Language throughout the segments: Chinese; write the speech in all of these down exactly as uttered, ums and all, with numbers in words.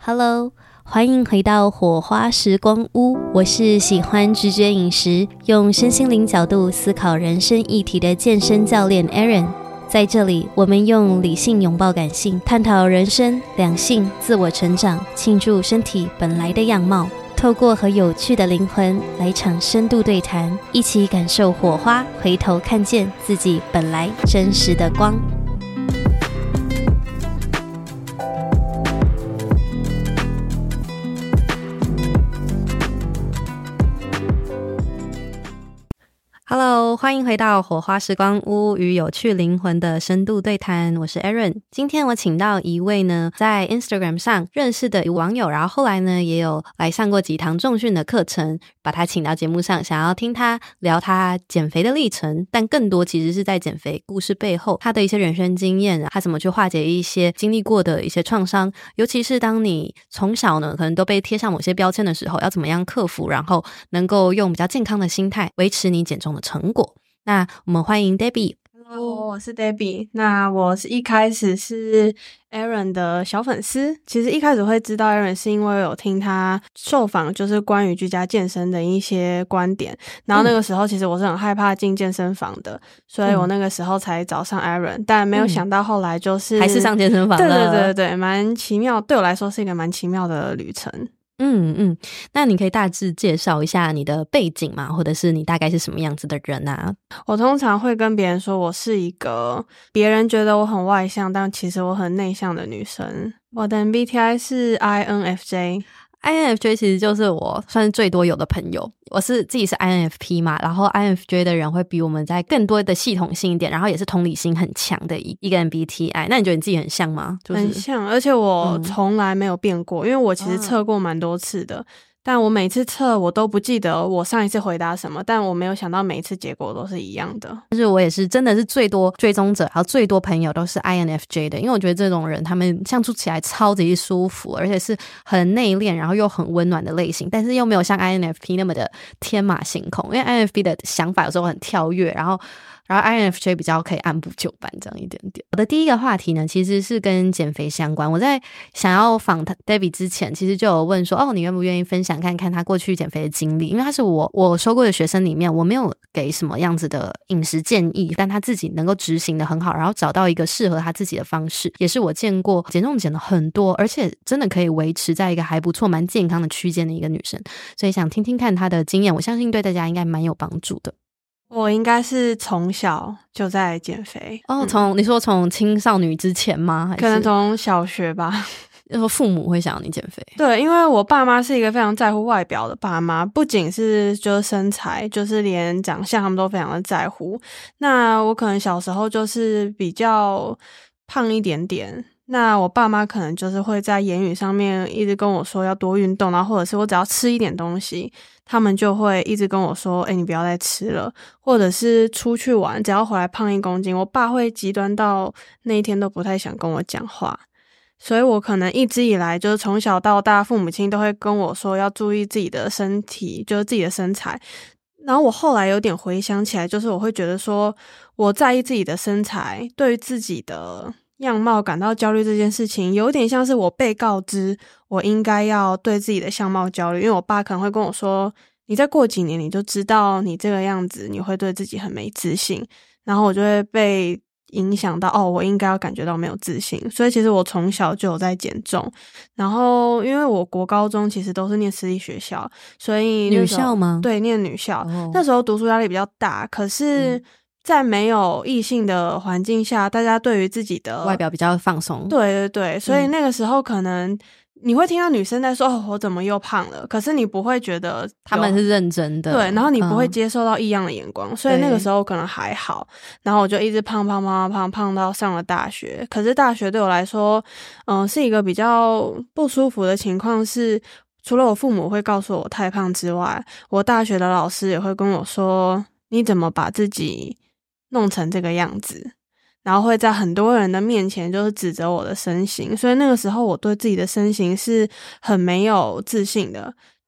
Hello， 欢迎回到火花时光屋，我是喜欢直觉饮食，用身心灵角度思考人生议题的健身教练 Aaron。在这里，我们用理性拥抱感性，探讨人生、两性、自我成长，庆祝身体本来的样貌。透过和有趣的灵魂来场深度对谈，一起感受火花，回头看见自己本来真实的光。Hello， 欢迎回到火花时光屋与有趣灵魂的深度对谈，我是 Aaron。今天我请到一位呢，在 Instagram 上认识的网友，然后后来呢也有来上过几堂重训的课程，把他请到节目上，想要听他聊他减肥的历程，但更多其实是在减肥故事背后他的一些人生经验，他怎么去化解一些经历过的一些创伤，尤其是当你从小呢可能都被贴上某些标签的时候，要怎么样克服，然后能够用比较健康的心态维持你减重的成果。那我们欢迎 Debbie。Hello， 我是 Debbie。那我是一开始是 Aaron 的小粉丝，其实一开始会知道 Aaron 是因为有听他受访，就是关于居家健身的一些观点。然后那个时候其实我是很害怕进健身房的，嗯、所以我那个时候才找上 Aaron， 但没有想到后来就是、 嗯、还是上健身房了。 对对对对，蛮奇妙，对我来说是一个蛮奇妙的旅程。 嗯嗯，那你可以大致介绍一下你的背景吗？或者是你大概是什么样子的人啊？ 我通常会跟别人说我是一个别人觉得我很外向，但其实我很内向的女生。我的 M B T I 是 I N F J。I N F J 其实就是我算是最多有的朋友，我是自己是 I N F P 嘛，然后 I N F J 的人会比我们在更多的系统性一点，然后也是同理心很强的一个 M B T I。 那你觉得你自己很像吗？就是、 很像，而且我从来没有变过、嗯、因为我其实测过蛮多次的、啊，但我每次测我都不记得我上一次回答什么，但我没有想到每一次结果都是一样的。 就是我也是真的是最多追踪者，然后最多朋友都是 I N F J 的，因为我觉得这种人他们相处起来超级舒服，而且是很内敛然后又很温暖的类型，但是又没有像 I N F P 那么的天马行空，因为 I N F P 的想法有时候很跳跃，然后然后 I N F J 比较可以按部就班这样一点点。我的第一个话题呢其实是跟减肥相关，我在想要访 Debbie 之前其实就有问说，哦，你愿不愿意分享看看他过去减肥的经历，因为他是我我收过的学生里面我没有给什么样子的饮食建议，但他自己能够执行的很好，然后找到一个适合他自己的方式，也是我见过减重减了很多而且真的可以维持在一个还不错蛮健康的区间的一个女生，所以想听听看她的经验，我相信对大家应该蛮有帮助的。 我应该是从小就在减肥哦，从、嗯、你说从青少女之前吗？还是可能从小学吧。 说父母会想要你减肥？ 对，因为我爸妈是一个非常在乎外表的爸妈，不仅是就是身材，就是连长相他们都非常的在乎。那我可能小时候就是比较胖一点点，那我爸妈可能就是会在言语上面一直跟我说要多运动，然后或者是我只要吃一点东西，他们就会一直跟我说，诶，你不要再吃了，或者是出去玩只要回来胖一公斤，我爸会极端到那一天都不太想跟我讲话。所以我可能一直以来就是从小到大父母亲都会跟我说要注意自己的身体，就是自己的身材。然后我后来有点回想起来，就是我会觉得说我在意自己的身材，对于自己的样貌感到焦虑这件事情有点像是我被告知我应该要对自己的相貌焦虑，因为我爸可能会跟我说，你再过几年你就知道你这个样子你会对自己很没自信，然后我就会被影响到，哦，我应该要感觉到没有自信。所以其实我从小就有在减重，然后因为我国高中其实都是念私立学校，所以女校吗？ 对，念女校、哦、那时候读书压力比较大，可是、嗯在没有异性的环境下，大家对于自己的外表比较放松。 对对对，所以那个时候可能你会听到女生在说、嗯、哦，我怎么又胖了，可是你不会觉得他们是认真的， 对，然后你不会接受到异样的眼光、嗯、所以那个时候可能还好，然后我就一直胖胖胖胖胖到上了大学。可是大学对我来说嗯、呃，是一个比较不舒服的情况，是除了我父母会告诉我太胖之外，我大学的老师也会跟我说，你怎么把自己弄成这个样子，然后会在很多人的面前就是指责我的身形，所以那个时候我对自己的身形是很没有自信的。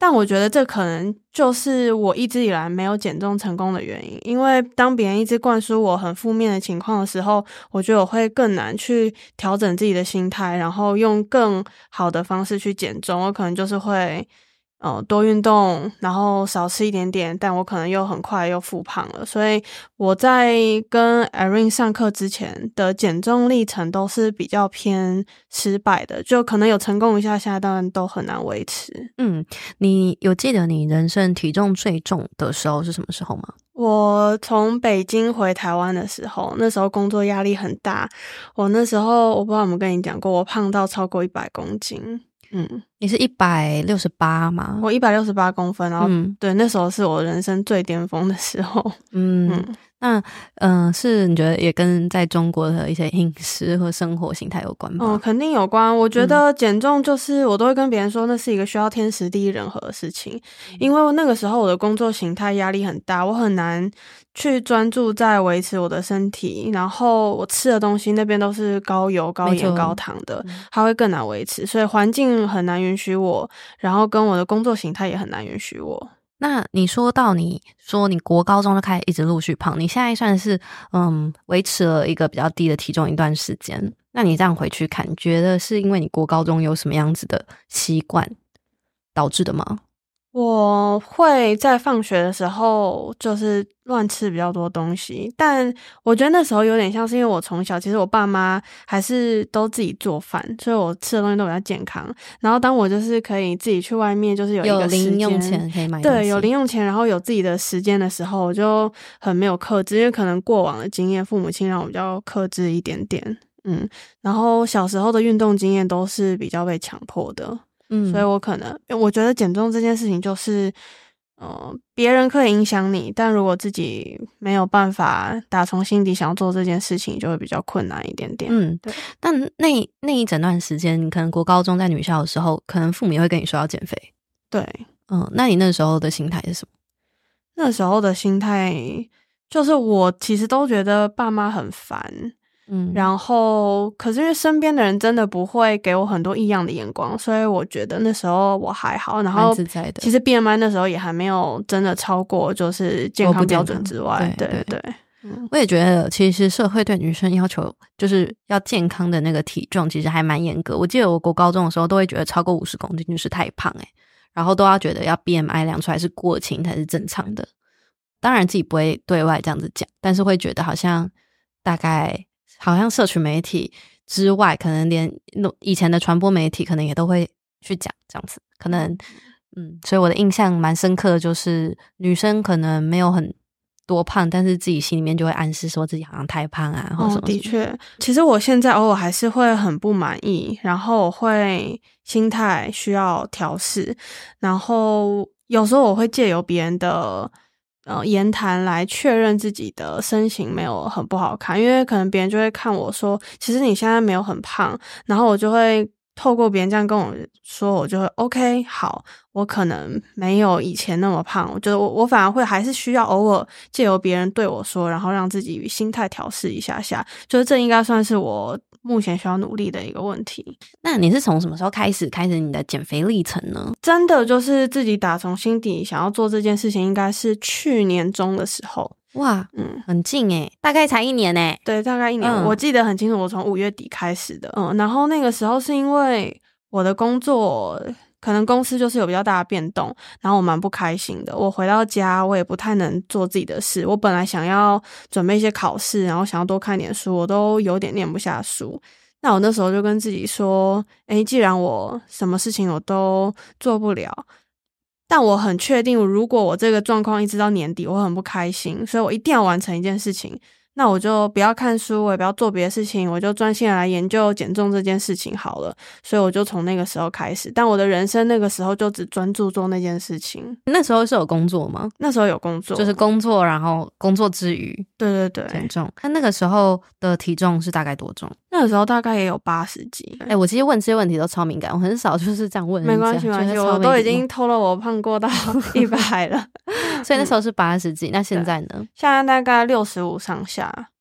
但我觉得这可能就是我一直以来没有减重成功的原因，因为当别人一直灌输我很负面的情况的时候，我觉得我会更难去调整自己的心态，然后用更好的方式去减重。我可能就是会呃，多运动，然后少吃一点点，但我可能又很快又复胖了。所以我在跟 Irene 上课之前的减重历程都是比较偏失败的，就可能有成功一下，现在当然都很难维持。 嗯，你有记得你人生体重最重的时候是什么时候吗？ 我从北京回台湾的时候，那时候工作压力很大，我那时候我不知道有没有跟你讲过，我胖到超过一百公斤。嗯， 你是一百六十八吗？ 我一百六十八公分，然后、 嗯、 对，那时候是我人生最巅峰的时候。 嗯，嗯那嗯、呃，是你觉得也跟在中国的一些饮食和生活形态有关吗？ 嗯，肯定有关。我觉得减重就是、嗯、我都会跟别人说，那是一个需要天时地利人和的事情，因为那个时候我的工作形态压力很大，我很难去专注在维持我的身体，然后我吃的东西那边都是高油、高盐、高糖的，它会更难维持，所以环境很难允许我，然后跟我的工作形态也很难允许我。 那你说到你说你国高中就开始一直陆续胖，你现在算是嗯维持了一个比较低的体重一段时间，那你这样回去看，你觉得是因为你国高中有什么样子的习惯导致的吗？ 我会在放学的时候就是乱吃比较多东西，但我觉得那时候有点像是因为我从小其实我爸妈还是都自己做饭，所以我吃的东西都比较健康，然后当我就是可以自己去外面就是有一个时间， 有零用钱可以买东西， 对，有零用钱然后有自己的时间的时候，我就很没有克制，因为可能过往的经验父母亲让我比较克制一点点。嗯，然后小时候的运动经验都是比较被强迫的，嗯，所以我可能我觉得减重这件事情就是呃，别人可以影响你，但如果自己没有办法打从心底想要做这件事情，就会比较困难一点点。 嗯，对。但那那一整段时间，你可能国高中在女校的时候，可能父母也会跟你说要减肥。 对， 嗯，那你那时候的心态是什么？ 那时候的心态就是我其实都觉得爸妈很烦。嗯，然后可是因为身边的人真的不会给我很多异样的眼光，所以我觉得那时候我还好。然后自在的， 其实 B M I 那时候也还没有真的超过就是健康标准之外。对对 对, 对、 嗯，我也觉得其实社会对女生要求就是要健康的那个体重其实还蛮严格。我记得我国高中的时候都会觉得超过五十公斤就是太胖诶、欸、然后都要觉得要 B M I 量出来是过轻才是正常的。当然自己不会对外这样子讲，但是会觉得好像大概好像社群媒体之外，可能连以前的传播媒体可能也都会去讲这样子，可能嗯，所以我的印象蛮深刻的就是女生可能没有很多胖，但是自己心里面就会暗示说自己好像太胖啊，或者什么什么、 哦、的确，其实我现在偶尔还是会很不满意，然后我会心态需要调试，然后有时候我会借由别人的呃，言谈来确认自己的身形没有很不好看，因为可能别人就会看我说，其实你现在没有很胖，然后我就会透过别人这样跟我说，我就会 OK 好，我可能没有以前那么胖，我觉得我我反而会还是需要偶尔借由别人对我说，然后让自己心态调试一下下，就是这应该算是我目前需要努力的一个问题。 那你是从什么时候开始开始你的减肥历程呢？ 真的就是自己打从心底想要做这件事情，应该是去年中的时候。 哇，嗯，很近诶，大概才一年诶。 对，大概一年、嗯、我记得很清楚，我从五月底开始的。嗯，然后那个时候是因为我的工作可能公司就是有比较大的变动，然后我蛮不开心的。我回到家我也不太能做自己的事，我本来想要准备一些考试，然后想要多看点书，我都有点念不下书。那我那时候就跟自己说，诶，既然我什么事情我都做不了，但我很确定如果我这个状况一直到年底我很不开心，所以我一定要完成一件事情，那我就不要看书，我也不要做别的事情，我就专心来研究减重这件事情好了。所以我就从那个时候开始，但我的人生那个时候就只专注做那件事情。 那时候是有工作吗？ 那时候有工作， 就是工作，然后工作之余， 对对对， 减重。那那个时候的体重是大概多重？ 那个时候大概也有八十几。 哎、欸，我其实问这些问题都超敏感，我很少就是这样问人家。 没关系，没关系，我都已经偷了我胖过到一百了。 所以那时候是八十几，那现在呢？ 现在大概六十五上下。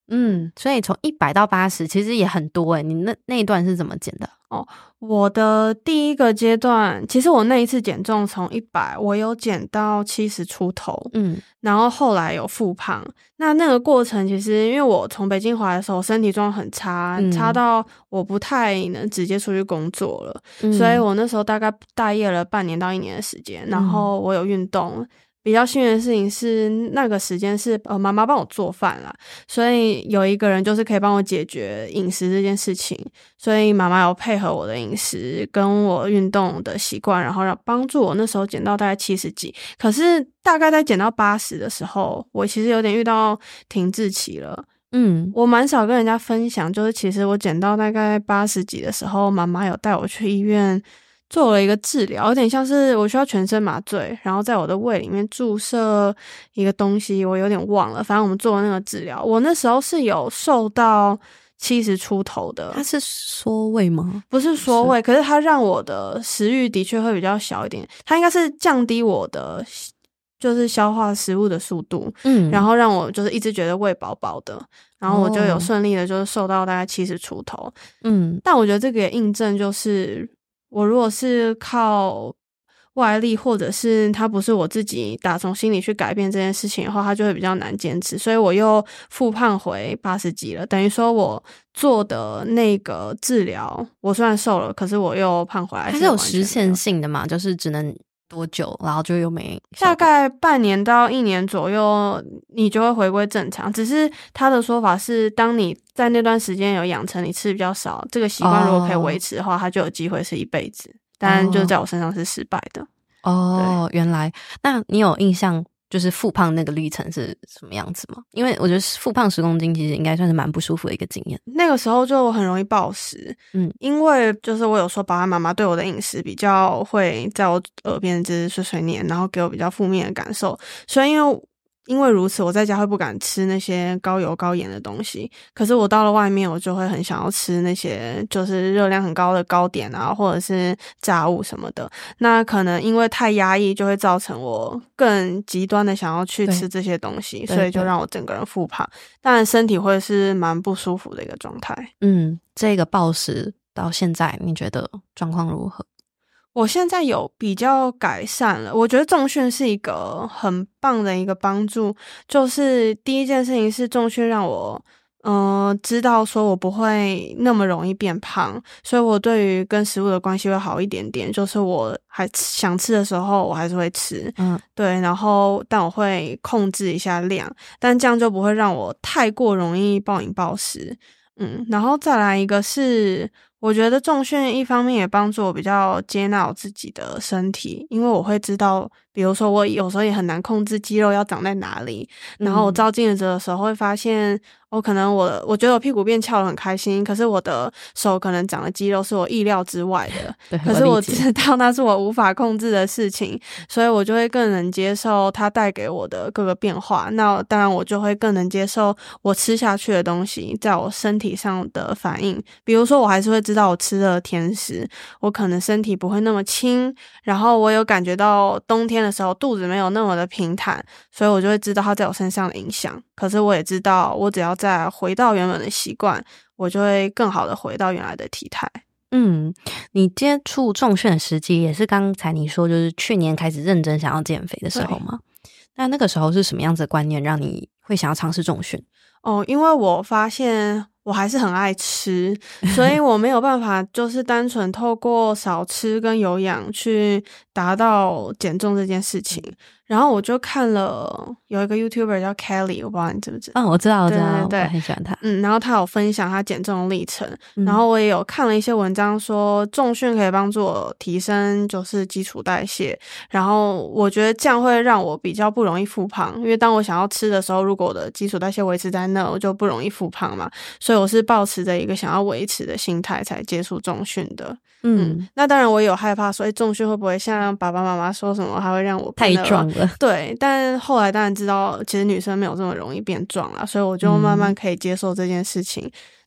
嗯，所以从一百到八十其实也很多诶，你那那一段是怎么减的？ 哦，我的第一个阶段，其实我那一次减重从一百，我有减到七十出头， 嗯， 然后后来有复胖。那那个过程其实因为我从北京回来的时候身体状况很差， 嗯差到我不太能直接出去工作了， 嗯所以我那时候大概待业了半年到一年的时间，然后我有运动。比较幸运的事情是那个时间是呃妈妈帮我做饭啦，所以有一个人就是可以帮我解决饮食这件事情，所以妈妈有配合我的饮食跟我运动的习惯，然后让帮助我那时候减到大概七十几。可是大概在减到八十的时候，我其实有点遇到停滞期了。 嗯， 我蛮少跟人家分享，就是其实我减到大概八十几的时候，妈妈有带我去医院做了一个治疗，有点像是我需要全身麻醉，然后在我的胃里面注射一个东西，我有点忘了，反正我们做了那个治疗。我那时候是有瘦到七十出头的。 它是缩胃吗？ 不是缩胃，可是它让我的食欲的确会比较小一点，它应该是降低我的就是消化食物的速度， 嗯， 然后让我就是一直觉得胃饱饱的，然后我就有顺利的就是瘦到大概七十出头。 嗯， 但我觉得这个也印证就是我如果是靠外力，或者是它不是我自己打从心里去改变这件事情的话，它就会比较难坚持。所以我又复胖回八十几了，等于说我做的那个治疗，我虽然瘦了，可是我又胖回来。 它是有时限性的嘛？就是只能多久，然后就又没大概半年到一年左右，你就会回归正常。只是他的说法是，当你在那段时间有养成你吃比较少这个习惯，如果可以维持的话，它就有机会是一辈子。但就在我身上是失败的。 哦，原来。那你有印象就是复胖那个历程是什么样子吗？因为我觉得复胖十公斤其实应该算是蛮不舒服的一个经验。 那个时候就很容易暴食， 嗯， 因为就是我有说爸爸妈妈对我的饮食比较会在我耳边就是碎碎念，然后给我比较负面的感受，所以因为因为如此，我在家会不敢吃那些高油高盐的东西。可是我到了外面，我就会很想要吃那些就是热量很高的糕点啊，或者是炸物什么的。那可能因为太压抑，就会造成我更极端的想要去吃这些东西，所以就让我整个人复胖。当然，身体会是蛮不舒服的一个状态。 嗯，这个暴食到现在，你觉得状况如何？ 我现在有比较改善了，我觉得重训是一个很棒的一个帮助。就是第一件事情是重训让我呃知道说我不会那么容易变胖，所以我对于跟食物的关系会好一点点。就是我还想吃的时候，我还是会吃， 嗯， 对，然后但我会控制一下量，但这样就不会让我太过容易暴饮暴食。嗯，然后再来一个是，我觉得重训一方面也帮助我比较接纳我自己的身体，因为我会知道，比如说我有时候也很难控制肌肉要长在哪里，然后我照镜子的时候会发现，我、哦、可能我我觉得我屁股变翘得很开心，可是我的手可能长的肌肉是我意料之外的， 对， 可是我知道那是我无法控制的事情，所以我就会更能接受它带给我的各个变化。那当然我就会更能接受我吃下去的东西在我身体上的反应，比如说我还是会知道我吃了甜食，我可能身体不会那么轻，然后我有感觉到冬天的时候肚子没有那么的平坦，所以我就会知道它在我身上的影响。可是我也知道我只要再回到原本的习惯，我就会更好的回到原来的体态。 嗯，你接触重训的时机也是刚才你说就是去年开始认真想要减肥的时候吗？那那个时候是什么样子的观念让你会想要尝试重训？ 哦，因为我发现我还是很爱吃，所以我没有办法就是单纯透过少吃跟有氧去达到减重这件事情。然后我就看了有一个 YouTuber 叫 Kelly， 我不知道你知不知道。 嗯，我知道我知道， 对对对， 我很喜欢他。 嗯，然后他有分享他减重的历程、 嗯、 然后我也有看了一些文章说重训可以帮助我提升就是基础代谢，然后我觉得这样会让我比较不容易复胖，因为当我想要吃的时候，如果我的基础代谢维持在那，我就不容易复胖嘛，所以我是抱持着一个想要维持的心态才接触重训的。嗯, 嗯，那当然我也有害怕，所以重训会不会像爸爸妈妈说什么，还会让我太壮了？ 对，但后来当然知道，其实女生没有这么容易变壮啦，所以我就慢慢可以接受这件事情。嗯、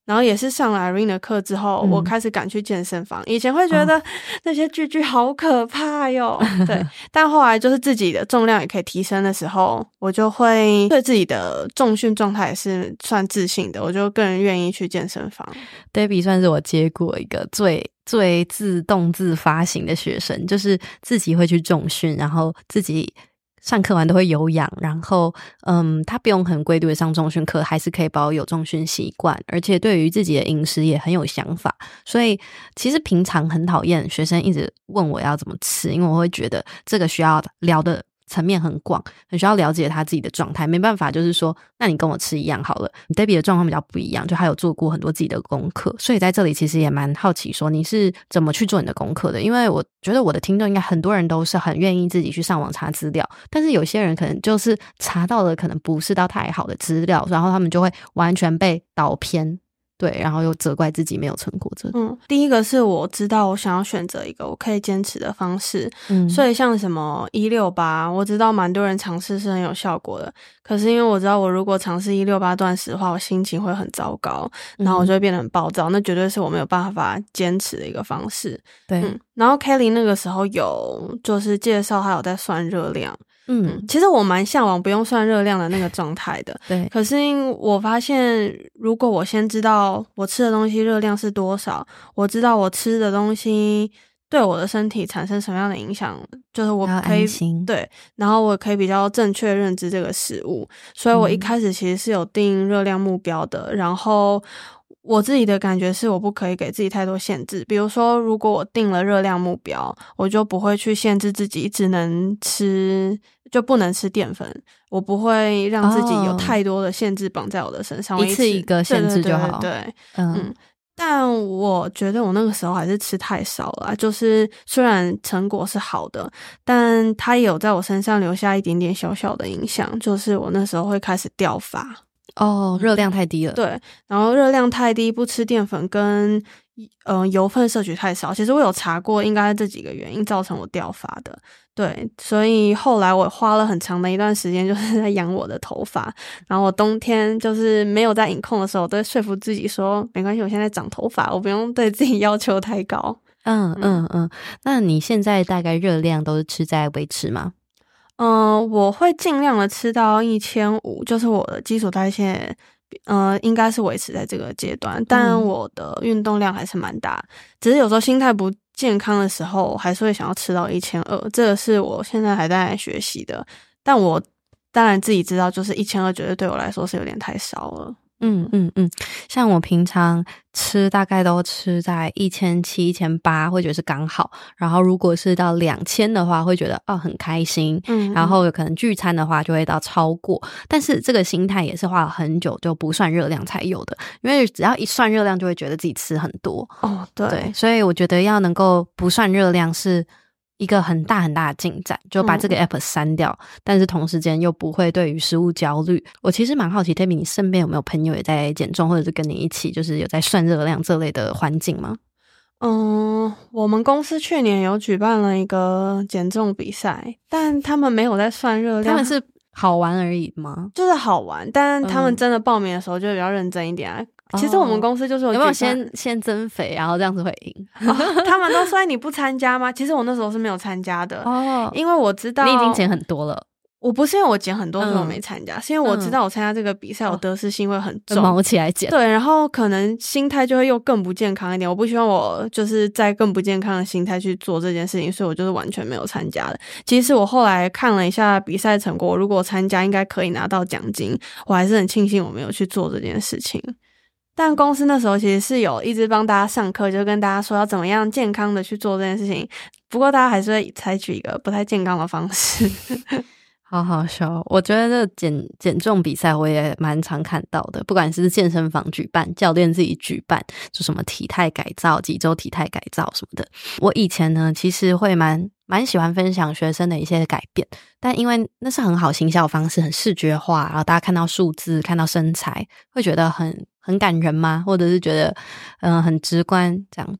然后也是上了 Irene 的课之后、嗯、我开始敢去健身房。以前会觉得那些巨巨好可怕哟、哦、对，但后来就是自己的重量也可以提升的时候，我就会对自己的重训状态也是算自信的，我就更愿意去健身房。 Debbie 算是我接过一个最最自动自发型的学生，就是自己会去重训，然后自己上课完都会有氧，然后嗯，他不用很规律的上重训课，还是可以保有重训习惯，而且对于自己的饮食也很有想法。所以其实平常很讨厌学生一直问我要怎么吃，因为我会觉得这个需要聊的层面很广，很需要了解他自己的状态，没办法就是说那你跟我吃一样好了。 Debbie 的状况比较不一样，就还有做过很多自己的功课，所以在这里其实也蛮好奇说你是怎么去做你的功课的。因为我觉得我的听众应该很多人都是很愿意自己去上网查资料，但是有些人可能就是查到了可能不是到太好的资料，然后他们就会完全被导偏，对，然后又责怪自己没有成果。这嗯，第一个是我知道我想要选择一个我可以坚持的方式，嗯，所以像什么一六八，我知道蛮多人尝试是很有效果的，可是因为我知道我如果尝试一六八断食的话，我心情会很糟糕，然后我就会变得很暴躁，嗯，那绝对是我没有办法坚持的一个方式。 对， 嗯，然后 Kelly 那个时候有就是介绍他有在算热量。嗯，其实我蛮向往不用算热量的那个状态的。 对， 可是我发现如果我先知道我吃的东西热量是多少，我知道我吃的东西对我的身体产生什么样的影响，就是我可以对，然后我可以比较正确认知这个食物，所以我一开始其实是有定热量目标的，嗯，然后我自己的感觉是我不可以给自己太多限制，比如说如果我定了热量目标，我就不会去限制自己只能吃，就不能吃淀粉，我不会让自己有太多的限制绑在我的身上， 哦，一次一个限制就好。 对对对对，嗯。嗯，但我觉得我那个时候还是吃太少了，就是虽然成果是好的，但它也有在我身上留下一点点小小的影响，就是我那时候会开始掉发。 哦，热量太低了。 对，然后热量太低，不吃淀粉跟呃油分摄取太少，其实我有查过，应该这几个原因造成我掉发的。对，所以后来我花了很长的一段时间就是在养我的头发，然后我冬天就是没有在饮控的时候，我都会说服自己说没关系，我现在长头发，我不用对自己要求太高。 嗯嗯嗯，那你现在大概热量都是吃在维持吗？ 嗯、呃，我会尽量的吃到一千五，就是我的基础代谢呃，应该是维持在这个阶段，但我的运动量还是蛮大，只是有时候心态不健康的时候还是会想要吃到一千二，这个是我现在还在学习的，但我当然自己知道就是一千二绝对对我来说是有点太少了。 嗯嗯嗯，像我平常吃大概都吃在一千七、一千八，会觉得是刚好。然后如果是到两千的话，会觉得哦很开心。嗯，然后有可能聚餐的话就会到超过，但是这个心态也是花了很久就不算热量才有的，因为只要一算热量就会觉得自己吃很多。 哦，对， 对，所以我觉得要能够不算热量是一个很大很大的进展，就把这个 app 删掉、嗯、但是同时间又不会对于食物焦虑。我其实蛮好奇 Debbie 你身边有没有朋友也在减重，或者是跟你一起就是有在算热量这类的环境吗？ 嗯，我们公司去年有举办了一个减重比赛，但他们没有在算热量。 他们是好玩而已吗？ 就是好玩，但他们真的报名的时候就比较认真一点啊。嗯，其实我们公司就是有有没有先先增肥，然后这样子会赢？ 哦，他们都说你不参加吗？其实我那时候是没有参加的哦，因为我知道你已经减很多了。 我不是因为我减很多所以我没参加、嗯、是因为我知道我参加这个比赛、嗯、我得失心会很重， 毛起来减。 对，然后可能心态就会又更不健康一点，我不希望我就是在更不健康的心态去做这件事情，所以我就是完全没有参加的。其实我后来看了一下比赛成果，如果参加应该可以拿到奖金，我还是很庆幸我没有去做这件事情。但公司那时候其实是有一直帮大家上课，就跟大家说要怎么样健康的去做这件事情，不过大家还是会采取一个不太健康的方式。 好好笑，我觉得这减减重比赛我也蛮常看到的，不管是健身房举办，教练自己举办，就什么体态改造、几周体态改造什么的。我以前呢，其实会蛮蛮喜欢分享学生的一些改变，但因为那是很好行销方式，很视觉化，然后大家看到数字、看到身材，会觉得很很感人吗？或者是觉得嗯、呃、很直观这样子。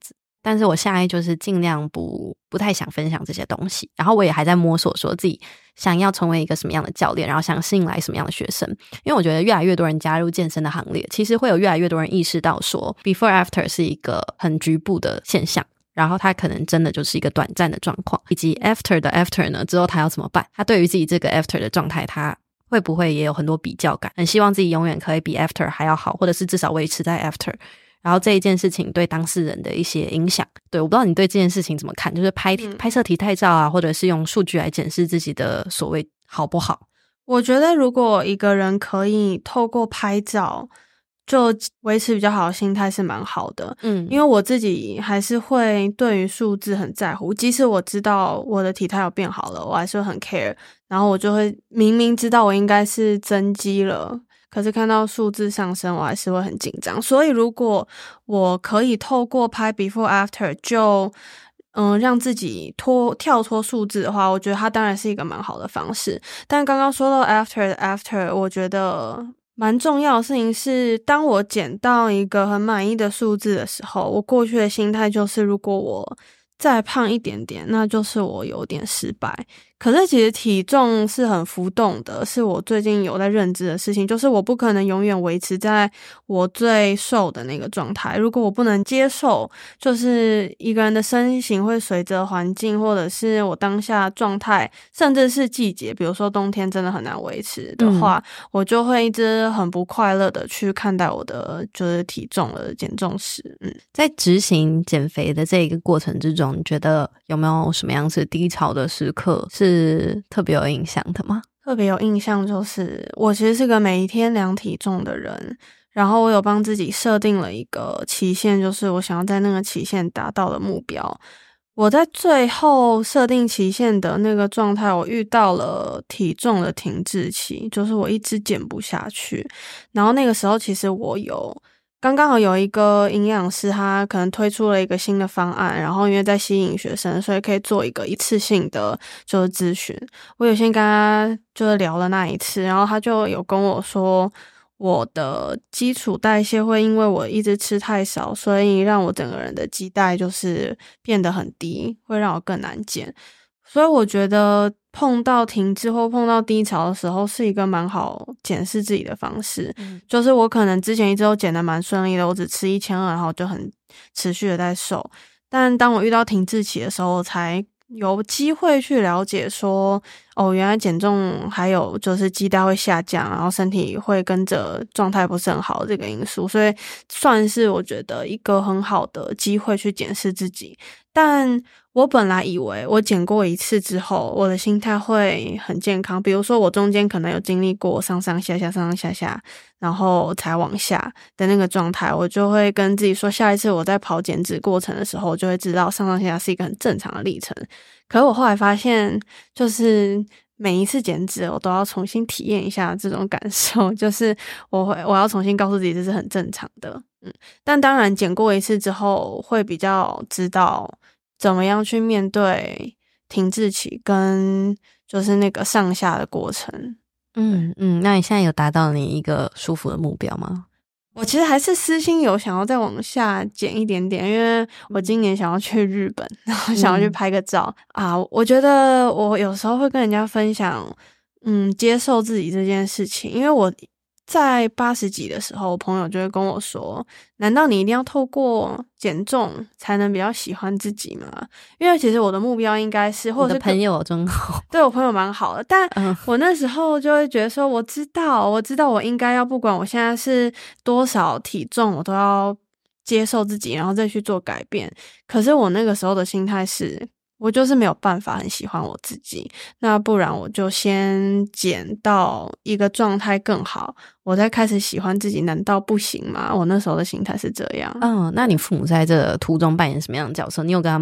但是我现在就是尽量不不太想分享这些东西，然后我也还在摸索说自己想要成为一个什么样的教练，然后想吸引来什么样的学生。因为我觉得越来越多人加入健身的行列，其实会有越来越多人意识到说 before after 是一个很局部的现象，然后它可能真的就是一个短暂的状况，以及 after 的 after 呢之后他要怎么办，他对于自己这个 after 的状态他会不会也有很多比较感，很希望自己永远可以比 after 还要好，或者是至少维持在 after， 然后这一件事情对当事人的一些影响。对，我不知道你对这件事情怎么看，就是拍、嗯、拍摄体态照啊，或者是用数据来检视自己的所谓好不好。 我觉得如果一个人可以透过拍照就维持比较好的心态是蛮好的。嗯，因为我自己还是会对于数字很在乎，即使我知道我的体态有变好了，我还是会很 care， 然后我就会明明知道我应该是增肌了，可是看到数字上升我还是会很紧张。所以如果我可以透过拍 before after 就嗯，让自己脱跳脱数字的话，我觉得它当然是一个蛮好的方式。但刚刚说到 after after 我觉得蛮重要的事情是，当我减到一个很满意的数字的时候，我过去的心态就是如果我再胖一点点，那就是我有点失败。可是其实体重是很浮动的，是我最近有在认知的事情，就是我不可能永远维持在我最瘦的那个状态。如果我不能接受就是一个人的身形会随着环境或者是我当下状态甚至是季节，比如说冬天真的很难维持的话、嗯、我就会一直很不快乐的去看待我的就是体重的减重史。嗯， 在执行减肥的这个过程之中，你觉得有没有什么样子低潮的时刻是是特别有印象的吗？ 特别有印象就是我其实是个每一天量体重的人，然后我有帮自己设定了一个期限，就是我想要在那个期限达到的目标。我在最后设定期限的那个状态，我遇到了体重的停滞期，就是我一直减不下去。然后那个时候其实我有刚刚好有一个营养师，他可能推出了一个新的方案，然后因为在吸引学生，所以可以做一个一次性的就是咨询。我有先跟他就是聊了那一次，然后他就有跟我说我的基础代谢会因为我一直吃太少，所以让我整个人的基代就是变得很低，会让我更难减。所以我觉得碰到停滞或碰到低潮的时候是一个蛮好检视自己的方式、嗯、就是我可能之前一直都减得蛮顺利的，我只吃一千二，然后就很持续的在瘦，但当我遇到停滞期的时候，我才有机会去了解说哦，原来减重还有就是基代会下降，然后身体会跟着状态不是很好的这个因素，所以算是我觉得一个很好的机会去检视自己。但我本来以为我减过一次之后我的心态会很健康，比如说我中间可能有经历过上上下下上上下下然后才往下的那个状态，我就会跟自己说下一次我在跑减脂过程的时候，我就会知道上上下下是一个很正常的历程。可是我后来发现就是每一次减脂我都要重新体验一下这种感受，就是我会我要重新告诉自己这是很正常的。嗯，但当然减过一次之后会比较知道怎么样去面对停滞期跟就是那个上下的过程。 嗯嗯，那你现在有达到你一个舒服的目标吗？ 我其实还是私心有想要再往下减一点点，因为我今年想要去日本，然后想要去拍个照、嗯、啊。我觉得我有时候会跟人家分享嗯，接受自己这件事情，因为我在八十几的时候，我朋友就会跟我说，难道你一定要透过减重才能比较喜欢自己吗？因为其实我的目标应该是，或者是我的朋友真好， 对，我朋友蛮好的，但我那时候就会觉得说，我知道我知道我应该要不管我现在是多少体重，我都要接受自己，然后再去做改变。可是我那个时候的心态是，我就是没有办法很喜欢我自己，那不然我就先减到一个状态更好，我再开始喜欢自己，难道不行吗？我那时候的心态是这样。 嗯，那你父母在这途中扮演什么样的角色？你有跟他们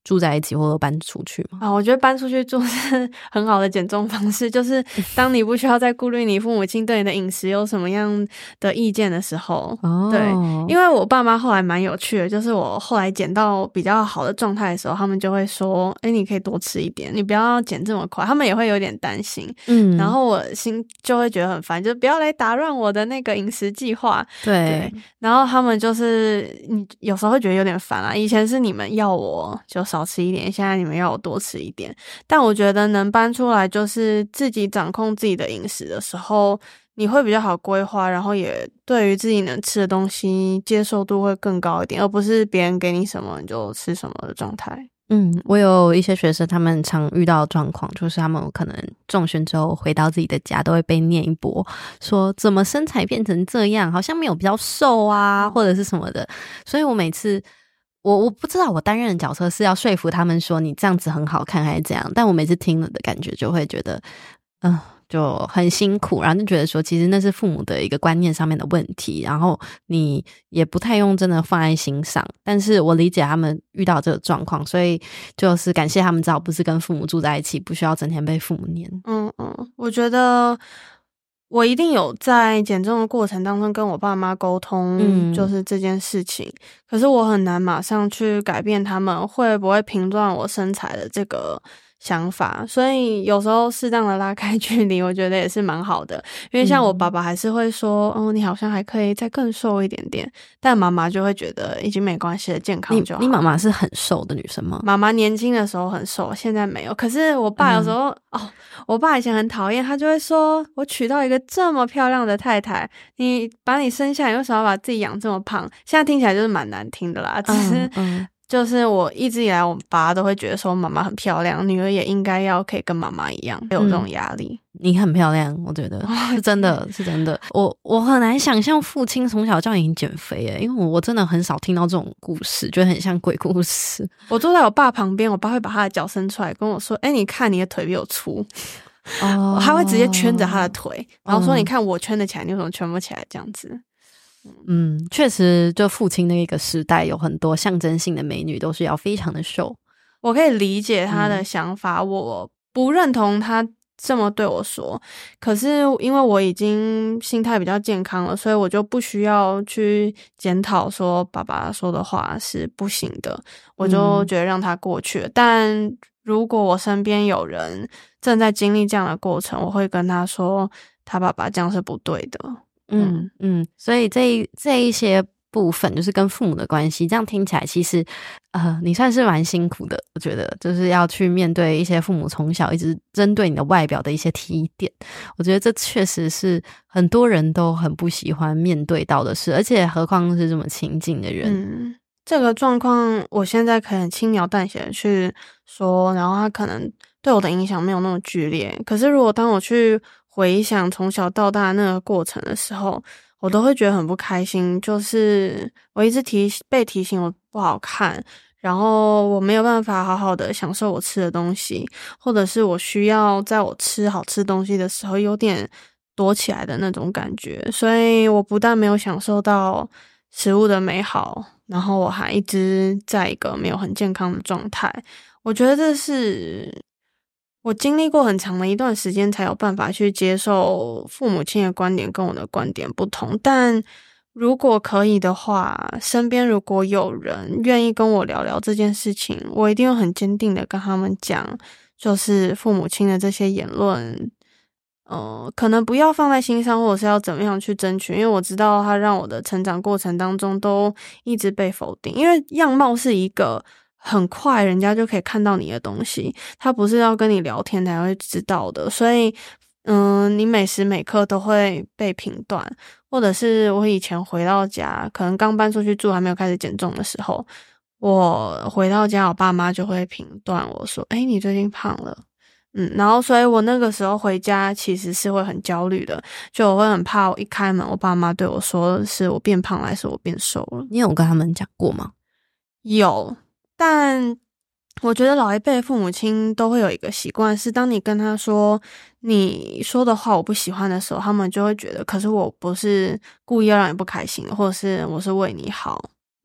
住在一起或者搬出去吗？ 啊，我觉得搬出去住是很好的减重方式，就是当你不需要再顾虑你父母亲对你的饮食有什么样的意见的时候。 哦， 对，因为我爸妈后来蛮有趣的，就是我后来减到比较好的状态的时候，他们就会说，诶，你可以多吃一点，你不要减这么快，他们也会有点担心。 嗯， 然后我心就会觉得很烦，就不要来打乱我的那个饮食计划。 对， 对，然后他们就是你有时候会觉得有点烦啊，以前是你们要我就少吃一点，现在你们要我多吃一点。但我觉得能搬出来就是自己掌控自己的饮食的时候，你会比较好规划，然后也对于自己能吃的东西接受度会更高一点，而不是别人给你什么你就吃什么的状态。 嗯，我有一些学生，他们常遇到的状况就是他们可能重训之后回到自己的家都会被念一波，说怎么身材变成这样，好像没有比较瘦啊或者是什么的。所以我每次我我不知道我担任的角色是要说服他们说你这样子很好看还是怎样，但我每次听了的感觉就会觉得嗯、呃就很辛苦，然后就觉得说其实那是父母的一个观念上面的问题，然后你也不太用真的放在心上。但是我理解他们遇到这个状况，所以就是感谢他们至少不是跟父母住在一起，不需要整天被父母念。 嗯嗯，我觉得我一定有在减重的过程当中跟我爸妈沟通就是这件事情、嗯、可是我很难马上去改变他们会不会评断我身材的这个想法，所以有时候适当的拉开距离我觉得也是蛮好的。因为像我爸爸还是会说、嗯、哦，你好像还可以再更瘦一点点，但妈妈就会觉得已经没关系了，健康就好。 你你妈妈是很瘦的女生吗？ 妈妈年轻的时候很瘦，现在没有。可是我爸有时候、嗯、哦，我爸以前很讨厌，他就会说我娶到一个这么漂亮的太太，你把你生下来为什么要把自己养这么胖？现在听起来就是蛮难听的啦，只是、嗯嗯就是我一直以来我爸都会觉得说妈妈很漂亮，女儿也应该要可以跟妈妈一样，有这种压力、 嗯、你很漂亮，我觉得是真的是真的。我我很难想象父亲从小叫你减肥耶，因为我我真的很少听到这种故事，觉得很像鬼故事。 我坐在我爸旁边，我爸会把他的脚伸出来跟我说，诶，你看你的腿比我粗。哦，他会直接圈着他的腿，然后说你看我圈得起来，你为什么圈不起来这样子。 嗯，确实就父亲那个时代有很多象征性的美女都是要非常的瘦。 我可以理解他的想法、嗯、我不认同他这么对我说，可是因为我已经心态比较健康了，所以我就不需要去检讨说爸爸说的话是不行的，我就觉得让他过去了、嗯、但如果我身边有人正在经历这样的过程，我会跟他说他爸爸这样是不对的。 嗯嗯，所以这这一些部分就是跟父母的关系，这样听起来其实呃你算是蛮辛苦的，我觉得就是要去面对一些父母从小一直针对你的外表的一些提点，我觉得这确实是很多人都很不喜欢面对到的事，而且何况是这么亲近的人。 嗯，这个状况我现在可以很轻描淡写的去说，然后他可能对我的影响没有那么剧烈，可是如果当我去回想从小到大那个过程的时候，我都会觉得很不开心，就是我一直提被提醒我不好看，然后我没有办法好好的享受我吃的东西，或者是我需要在我吃好吃东西的时候有点躲起来的那种感觉，所以我不但没有享受到食物的美好，然后我还一直在一个没有很健康的状态。我觉得这是我经历过很长的一段时间才有办法去接受父母亲的观点跟我的观点不同，但如果可以的话，身边如果有人愿意跟我聊聊这件事情，我一定会很坚定的跟他们讲，就是父母亲的这些言论呃，可能不要放在心上，或者是要怎么样去争取，因为我知道他让我的成长过程当中都一直被否定，因为样貌是一个很快人家就可以看到你的东西，他不是要跟你聊天才会知道的，所以嗯、呃，你每时每刻都会被评断，或者是我以前回到家，可能刚搬出去住还没有开始减重的时候，我回到家我爸妈就会评断我说，诶，你最近胖了。嗯，然后所以我那个时候回家其实是会很焦虑的，就我会很怕我一开门我爸妈对我说是我变胖了还是我变瘦了。 你有跟他们讲过吗？ 有，但我觉得老一辈的父母亲都会有一个习惯，是当你跟他说你说的话我不喜欢的时候，他们就会觉得可是我不是故意要让你不开心，或者是我是为你好。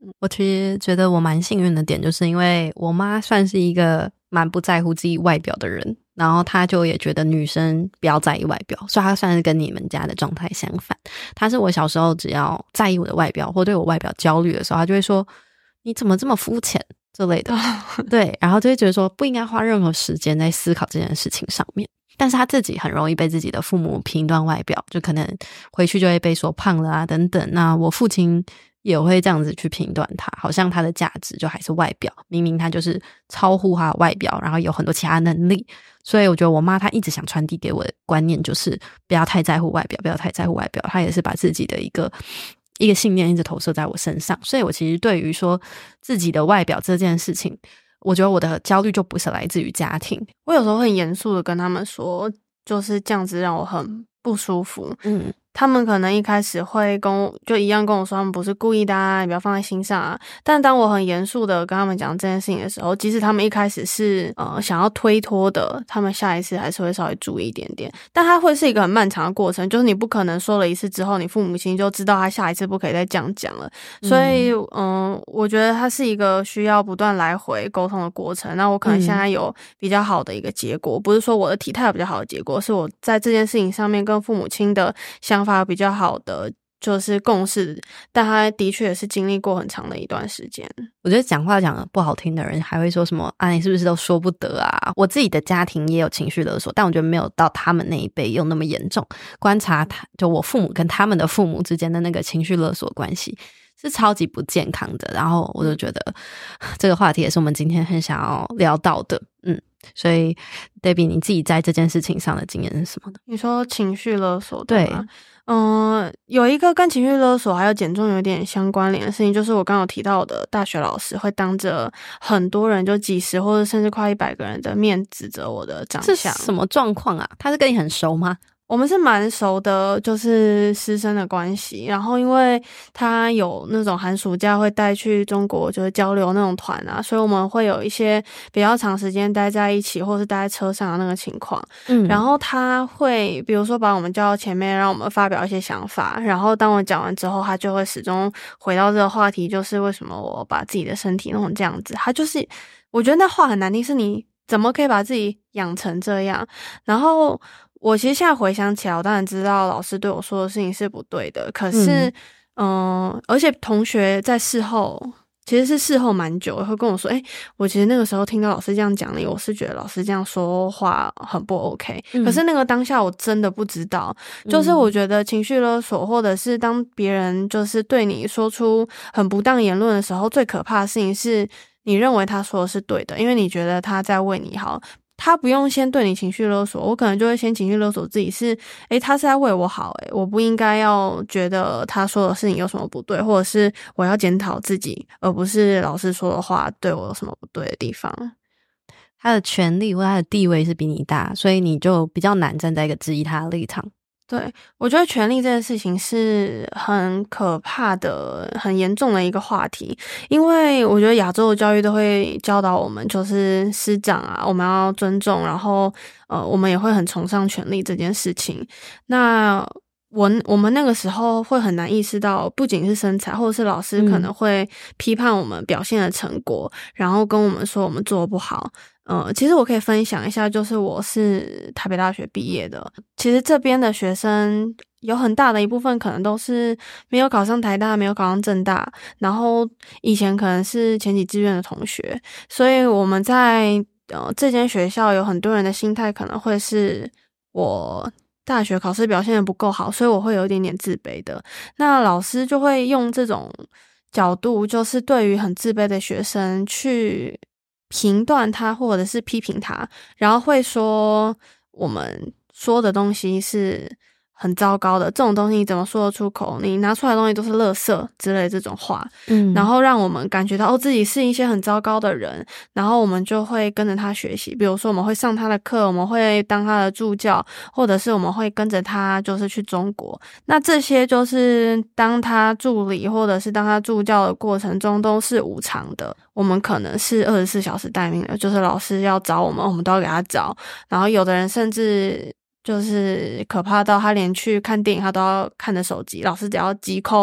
我其实觉得我蛮幸运的点，就是因为我妈算是一个蛮不在乎自己外表的人，然后她就也觉得女生不要在意外表，所以她算是跟你们家的状态相反。她是我小时候只要在意我的外表或对我外表焦虑的时候，她就会说你怎么这么肤浅之类的对，然后就会觉得说不应该花任何时间在思考这件事情上面。但是他自己很容易被自己的父母评断外表，就可能回去就会被说胖了啊等等。那我父亲也会这样子去评断他，好像他的价值就还是外表，明明他就是超乎他的外表，然后有很多其他能力。所以我觉得我妈她一直想传递给我的观念就是不要太在乎外表，不要太在乎外表。她也是把自己的一个一个信念一直投射在我身上，所以我其实对于说自己的外表这件事情，我觉得我的焦虑就不是来自于家庭。 我有时候很严肃的跟他们说，就是这样子让我很不舒服。嗯，他们可能一开始会跟我就一样跟我说他们不是故意的啊，你不要放在心上啊。但当我很严肃的跟他们讲这件事情的时候，即使他们一开始是呃想要推脱的，他们下一次还是会稍微注意一点点。但它会是一个很漫长的过程，就是你不可能说了一次之后，你父母亲就知道他下一次不可以再这样讲了。所以嗯、呃，我觉得它是一个需要不断来回沟通的过程。那我可能现在有比较好的一个结果，不是说我的体态有比较好的结果，是我在这件事情上面跟父母亲的想法比较好的就是共识，但他的确也是经历过很长的一段时间。 我觉得讲话讲的不好听的人还会说什么啊你是不是都说不得啊。我自己的家庭也有情绪勒索，但我觉得没有到他们那一辈有那么严重。观察他就我父母跟他们的父母之间的那个情绪勒索关系是超级不健康的，然后我就觉得这个话题也是我们今天很想要聊到的。嗯，所以 Debbie 你自己在这件事情上的经验是什么呢？ 你说情绪勒索对吗？嗯、呃，有一个跟情绪勒索还有减重有点相关联的事情，就是我刚刚有提到的大学老师会当着很多人，就几十或者甚至快一百个人的面指责我的长相。 是什么状况啊？他是跟你很熟吗？ 我们是蛮熟的，就是师生的关系。然后因为他有那种寒暑假会带去中国就是交流那种团啊，所以我们会有一些比较长时间待在一起，或是待在车上的那个情况。嗯，然后他会比如说把我们叫到前面，让我们发表一些想法。然后当我讲完之后，他就会始终回到这个话题，就是为什么我把自己的身体弄成这样子。他就是我觉得那话很难听，是你怎么可以把自己养成这样？然后我其实现在回想起来，我当然知道老师对我说的事情是不对的，可是嗯、呃，而且同学在事后其实是事后蛮久会跟我说，诶、欸、我其实那个时候听到老师这样讲了，我是觉得老师这样说话很不 OK、嗯、可是那个当下我真的不知道，就是我觉得情绪勒索或者是当别人就是对你说出很不当言论的时候，最可怕的事情是你认为他说的是对的，因为你觉得他在为你好，他不用先对你情绪勒索，我可能就会先情绪勒索自己是诶他是在为我好，诶我不应该要觉得他说的事情有什么不对，或者是我要检讨自己，而不是老师说的话对我有什么不对的地方。 他的权利或他的地位是比你大，所以你就比较难站在一个质疑他的立场。 对，我觉得权力这件事情是很可怕的很严重的一个话题，因为我觉得亚洲的教育都会教导我们就是师长啊我们要尊重，然后呃我们也会很崇尚权力这件事情。那我我们那个时候会很难意识到，不仅是身材，或者是老师可能会批判我们表现的成果、嗯、然后跟我们说我们做不好。呃，其实我可以分享一下，就是我是台北大学毕业的，其实这边的学生有很大的一部分可能都是没有考上台大，没有考上政大，然后以前可能是前几志愿的同学，所以我们在呃这间学校有很多人的心态可能会是我大学考试表现得不够好，所以我会有一点点自卑的。那老师就会用这种角度，就是对于很自卑的学生去评断他或者是批评他，然后会说我们说的东西是很糟糕的，这种东西你怎么说得出口，你拿出来的东西都是垃圾之类的这种话，嗯，然后让我们感觉到哦自己是一些很糟糕的人，然后我们就会跟着他学习，比如说我们会上他的课，我们会当他的助教，或者是我们会跟着他就是去中国。那这些就是当他助理或者是当他助教的过程中都是无偿的，我们可能是二十四小时待命的，就是老师要找我们我们都要给他找，然后有的人甚至就是可怕到他连去看电影他都要看着手机，老师只要急call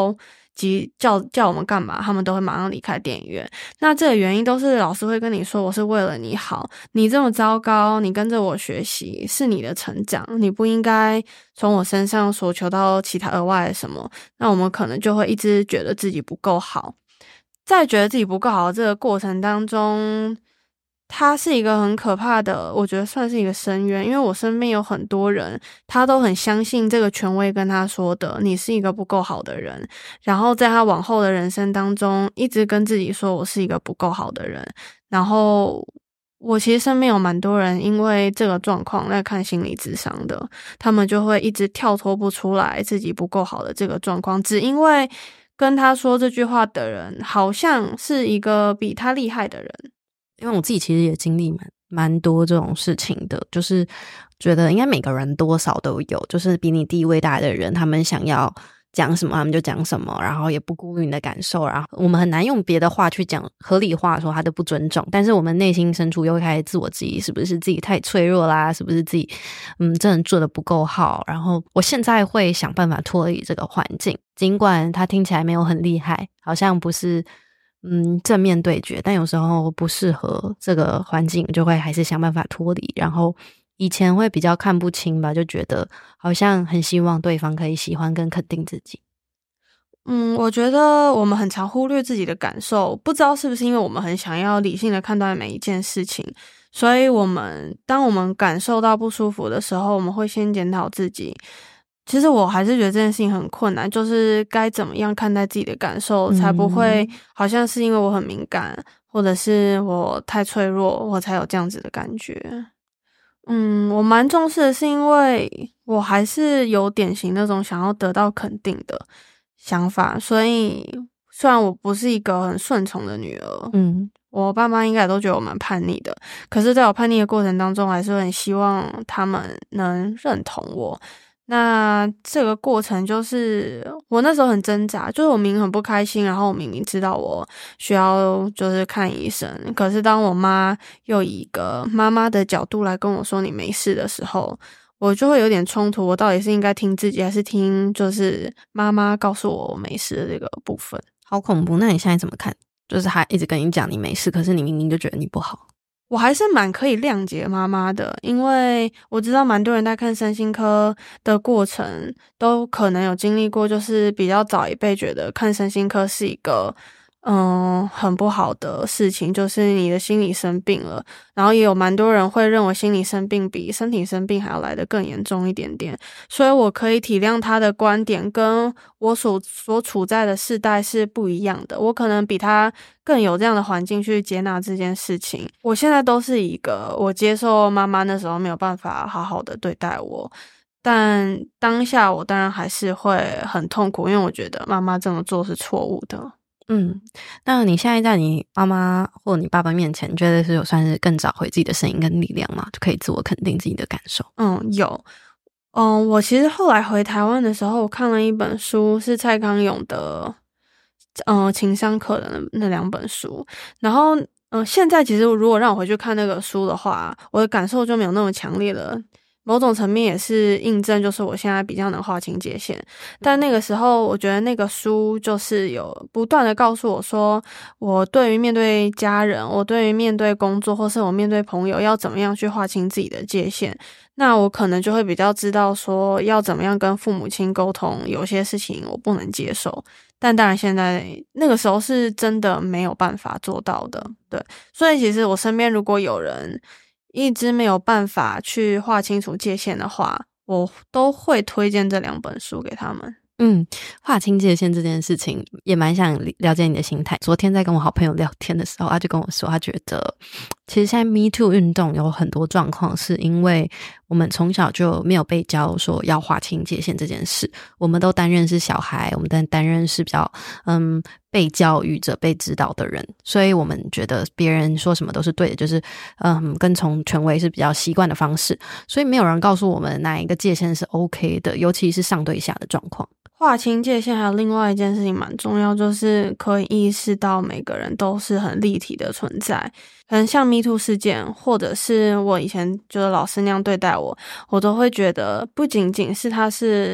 急叫叫我们干嘛，他们都会马上离开电影院。那这个原因都是老师会跟你说，我是为了你好，你这么糟糕，你跟着我学习是你的成长，你不应该从我身上索求到其他额外的什么。那我们可能就会一直觉得自己不够好，在觉得自己不够好的这个过程当中，它是一个很可怕的，我觉得算是一个深渊。因为我身边有很多人，他都很相信这个权威跟他说的你是一个不够好的人，然后在他往后的人生当中一直跟自己说我是一个不够好的人。然后我其实身边有蛮多人因为这个状况在看心理咨商的，他们就会一直跳脱不出来自己不够好的这个状况，只因为跟他说这句话的人好像是一个比他厉害的人。 因为我自己其实也经历蛮蛮多这种事情的，就是觉得应该每个人多少都有，就是比你地位大的人，他们想要讲什么他们就讲什么，然后也不顾虑你的感受，然后我们很难用别的话去讲合理化说他的不尊重，但是我们内心深处又会开始自我质疑，是不是自己太脆弱啦，是不是自己嗯真的做得不够好。然后我现在会想办法脱离这个环境，尽管它听起来没有很厉害，好像不是嗯正面对决，但有时候不适合这个环境就会还是想办法脱离。然后以前会比较看不清吧，就觉得好像很希望对方可以喜欢跟肯定自己。 嗯，我觉得我们很常忽略自己的感受，不知道是不是因为我们很想要理性的看待每一件事情，所以我们当我们感受到不舒服的时候，我们会先检讨自己。其实我还是觉得这件事情很困难，就是该怎么样看待自己的感受，才不会好像是因为我很敏感，或者是我太脆弱，我才有这样子的感觉。嗯，我蛮重视的是因为我还是有典型那种想要得到肯定的想法，所以虽然我不是一个很顺从的女儿， 嗯， 我爸妈应该都觉得我蛮叛逆的，可是在我叛逆的过程当中，还是很希望他们能认同我。那这个过程就是我那时候很挣扎，就是我明明很不开心，然后我明明知道我需要就是看医生，可是当我妈又以一个妈妈的角度来跟我说你没事的时候，我就会有点冲突，我到底是应该听自己还是听就是妈妈告诉我我没事的这个部分。 好恐怖。那你现在怎么看？就是他一直跟你讲你没事，可是你明明就觉得你不好。 我还是蛮可以谅解妈妈的，因为我知道蛮多人在看身心科的过程都可能有经历过，就是比较早一辈觉得看身心科是一个嗯很不好的事情，就是你的心理生病了，然后也有蛮多人会认为心理生病比身体生病还要来得更严重一点点，所以我可以体谅他的观点，跟我所所处在的世代是不一样的，我可能比他更有这样的环境去接纳这件事情。我现在都是一个我接受妈妈那时候没有办法好好的对待我，但当下我当然还是会很痛苦，因为我觉得妈妈这么做是错误的。 嗯，那你现在在你妈妈或你爸爸面前，觉得是有算是更找回自己的声音跟力量吗？就可以自我肯定自己的感受。 嗯，有。嗯，我其实后来回台湾的时候，我看了一本书，是蔡康永的嗯情商课的那那两本书，然后嗯，现在其实如果让我回去看那个书的话，我的感受就没有那么强烈了。某种层面也是印证，就是我现在比较能划清界限。但那个时候，我觉得那个书就是有不断的告诉我说，我对于面对家人，我对于面对工作，或是我面对朋友，要怎么样去划清自己的界限。那我可能就会比较知道说，要怎么样跟父母亲沟通，有些事情我不能接受。但当然现在那个时候是真的没有办法做到的，对。所以其实我身边如果有人一直没有办法去划清楚界限的话，我都会推荐这两本书给他们。 嗯，划清界限这件事情也蛮想了解你的心态。昨天在跟我好朋友聊天的时候，他就跟我说，他觉得其实现在 Me Too 运动有很多状况是因为我们从小就没有被教说要划清界限这件事，我们都担任是小孩，我们担担任是比较嗯被教育者被指导的人，所以我们觉得别人说什么都是对的，就是嗯跟从权威是比较习惯的方式，所以没有人告诉我们哪一个界限是 OK 的，尤其是上对下的状况。 划清界限还有另外一件事情蛮重要，就是可以意识到每个人都是很立体的存在。可能像 Me Too 事件，或者是我以前就是老师那样对待我，我都会觉得不仅仅是他是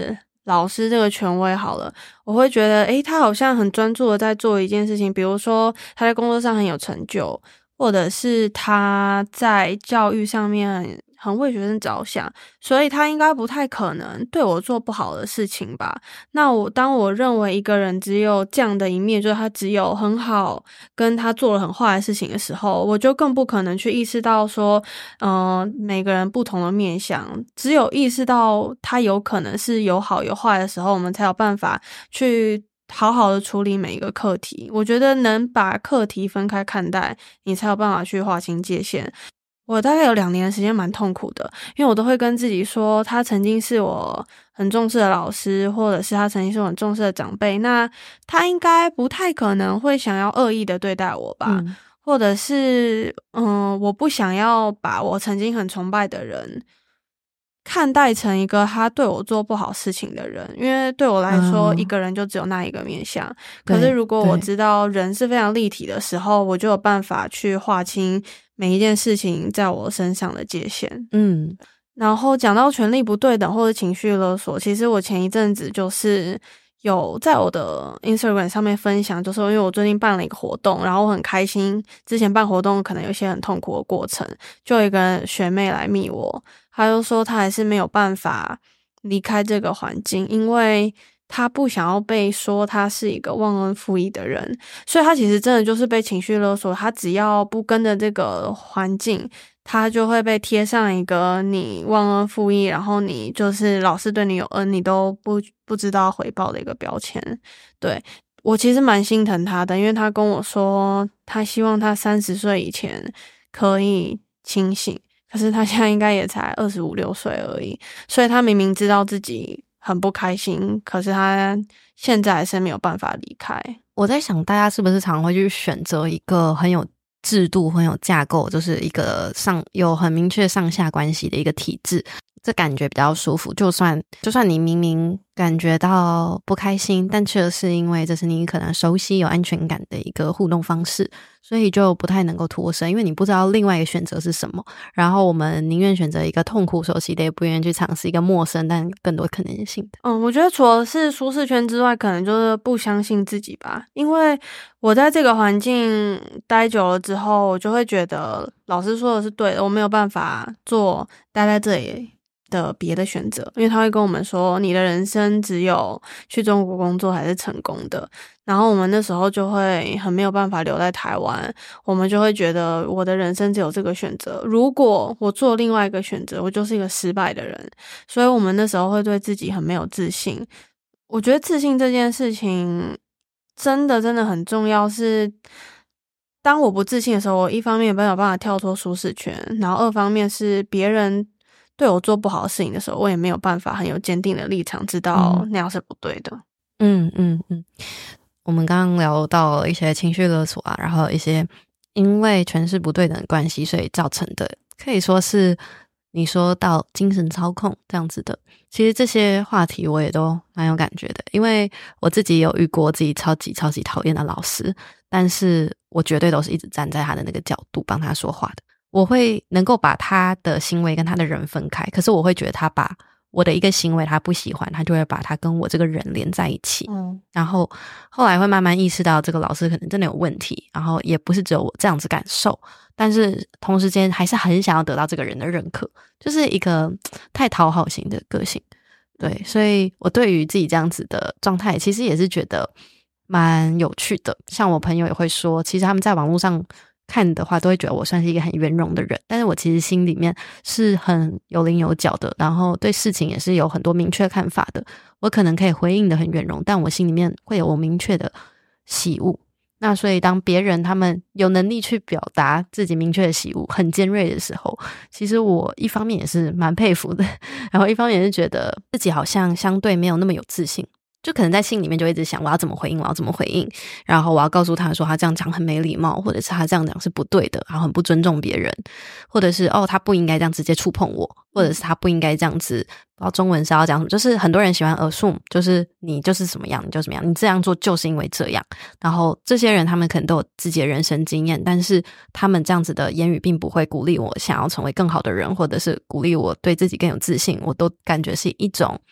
老师这个权威好了，我会觉得诶他好像很专注的在做一件事情，比如说他在工作上很有成就，或者是他在教育上面很为学生着想，所以他应该不太可能对我做不好的事情吧。那我当我认为一个人只有这样的一面，就是他只有很好跟他做了很坏的事情的时候，我就更不可能去意识到说呃，每个人不同的面向，只有意识到他有可能是有好有坏的时候，我们才有办法去好好的处理每一个课题。我觉得能把课题分开看待，你才有办法去划清界限。我大概有两年的时间蛮痛苦的，因为我都会跟自己说他曾经是我很重视的老师，或者是他曾经是我很重视的长辈，那他应该不太可能会想要恶意的对待我吧、嗯、或者是嗯，我不想要把我曾经很崇拜的人看待成一个他对我做不好事情的人，因为对我来说、嗯、一个人就只有那一个面向。可是如果我知道人是非常立体的时候，我就有办法去划清每一件事情在我身上的界限。嗯，然后讲到权力不对等或者情绪勒索，其实我前一阵子就是有在我的 Instagram 上面分享，就是因为我最近办了一个活动，然后我很开心，之前办活动可能有一些很痛苦的过程，就有一个学妹来密我，她就说她还是没有办法离开这个环境，因为他不想要被说他是一个忘恩负义的人，所以他其实真的就是被情绪勒索，他只要不跟着这个环境，他就会被贴上一个你忘恩负义，然后你就是老师对你有恩，你都不不知道回报的一个标签。对，我其实蛮心疼他的，因为他跟我说他希望他三十岁以前可以清醒，可是他现在应该也才二十五六岁而已，所以他明明知道自己很不开心，可是他现在还是没有办法离开。 我在想大家是不是常会去选择一个很有制度很有架构，就是一个上有很明确上下关系的一个体制，这感觉比较舒服。就算就算你明明感觉到不开心，但却是因为这是你可能熟悉有安全感的一个互动方式，所以就不太能够脱身，因为你不知道另外一个选择是什么，然后我们宁愿选择一个痛苦熟悉的，也不愿意去尝试一个陌生但更多可能性的。 嗯，我觉得除了是舒适圈之外，可能就是不相信自己吧，因为我在这个环境待久了之后，我就会觉得老师说的是对的，我没有办法做待在这里的别的选择，因为他会跟我们说你的人生只有去中国工作才是成功的，然后我们那时候就会很没有办法留在台湾，我们就会觉得我的人生只有这个选择，如果我做另外一个选择，我就是一个失败的人，所以我们那时候会对自己很没有自信。我觉得自信这件事情真的真的很重要，是当我不自信的时候，我一方面没有办法跳脱舒适圈，然后二方面是别人对我做不好的事情的时候，我也没有办法很有坚定的立场知道那样是不对的。 嗯嗯嗯，我们刚刚聊到了一些情绪勒索啊，然后一些因为权势不对等的关系所以造成的，可以说是你说到精神操控这样子的。其实这些话题我也都蛮有感觉的，因为我自己有遇过自己超级超级讨厌的老师，但是我绝对都是一直站在他的那个角度帮他说话的。我会能够把他的行为跟他的人分开，可是我会觉得他把我的一个行为他不喜欢，他就会把他跟我这个人连在一起。嗯，然后后来会慢慢意识到这个老师可能真的有问题，然后也不是只有我这样子感受，但是同时间还是很想要得到这个人的认可，就是一个太讨好型的个性。对，所以我对于自己这样子的状态其实也是觉得蛮有趣的。像我朋友也会说，其实他们在网络上看的话都会觉得我算是一个很圆融的人，但是我其实心里面是很有棱有角的，然后对事情也是有很多明确看法的。我可能可以回应的很圆融，但我心里面会有我明确的喜恶。那所以当别人他们有能力去表达自己明确的喜恶很尖锐的时候，其实我一方面也是蛮佩服的，然后一方面也是觉得自己好像相对没有那么有自信，就可能在心里面就一直想我要怎么回应我要怎么回应，然后我要告诉他说他这样讲很没礼貌，或者是他这样讲是不对的，然后很不尊重别人，或者是哦他不应该这样直接触碰我，或者是他不应该这样子，不知道中文是要讲什么，就是很多人喜欢 assume， 就是你就是什么样你就什么样，你这样做就是因为这样，然后这些人他们可能都有自己的人生经验，但是他们这样子的言语并不会鼓励我想要成为更好的人，或者是鼓励我对自己更有自信，我都感觉是一种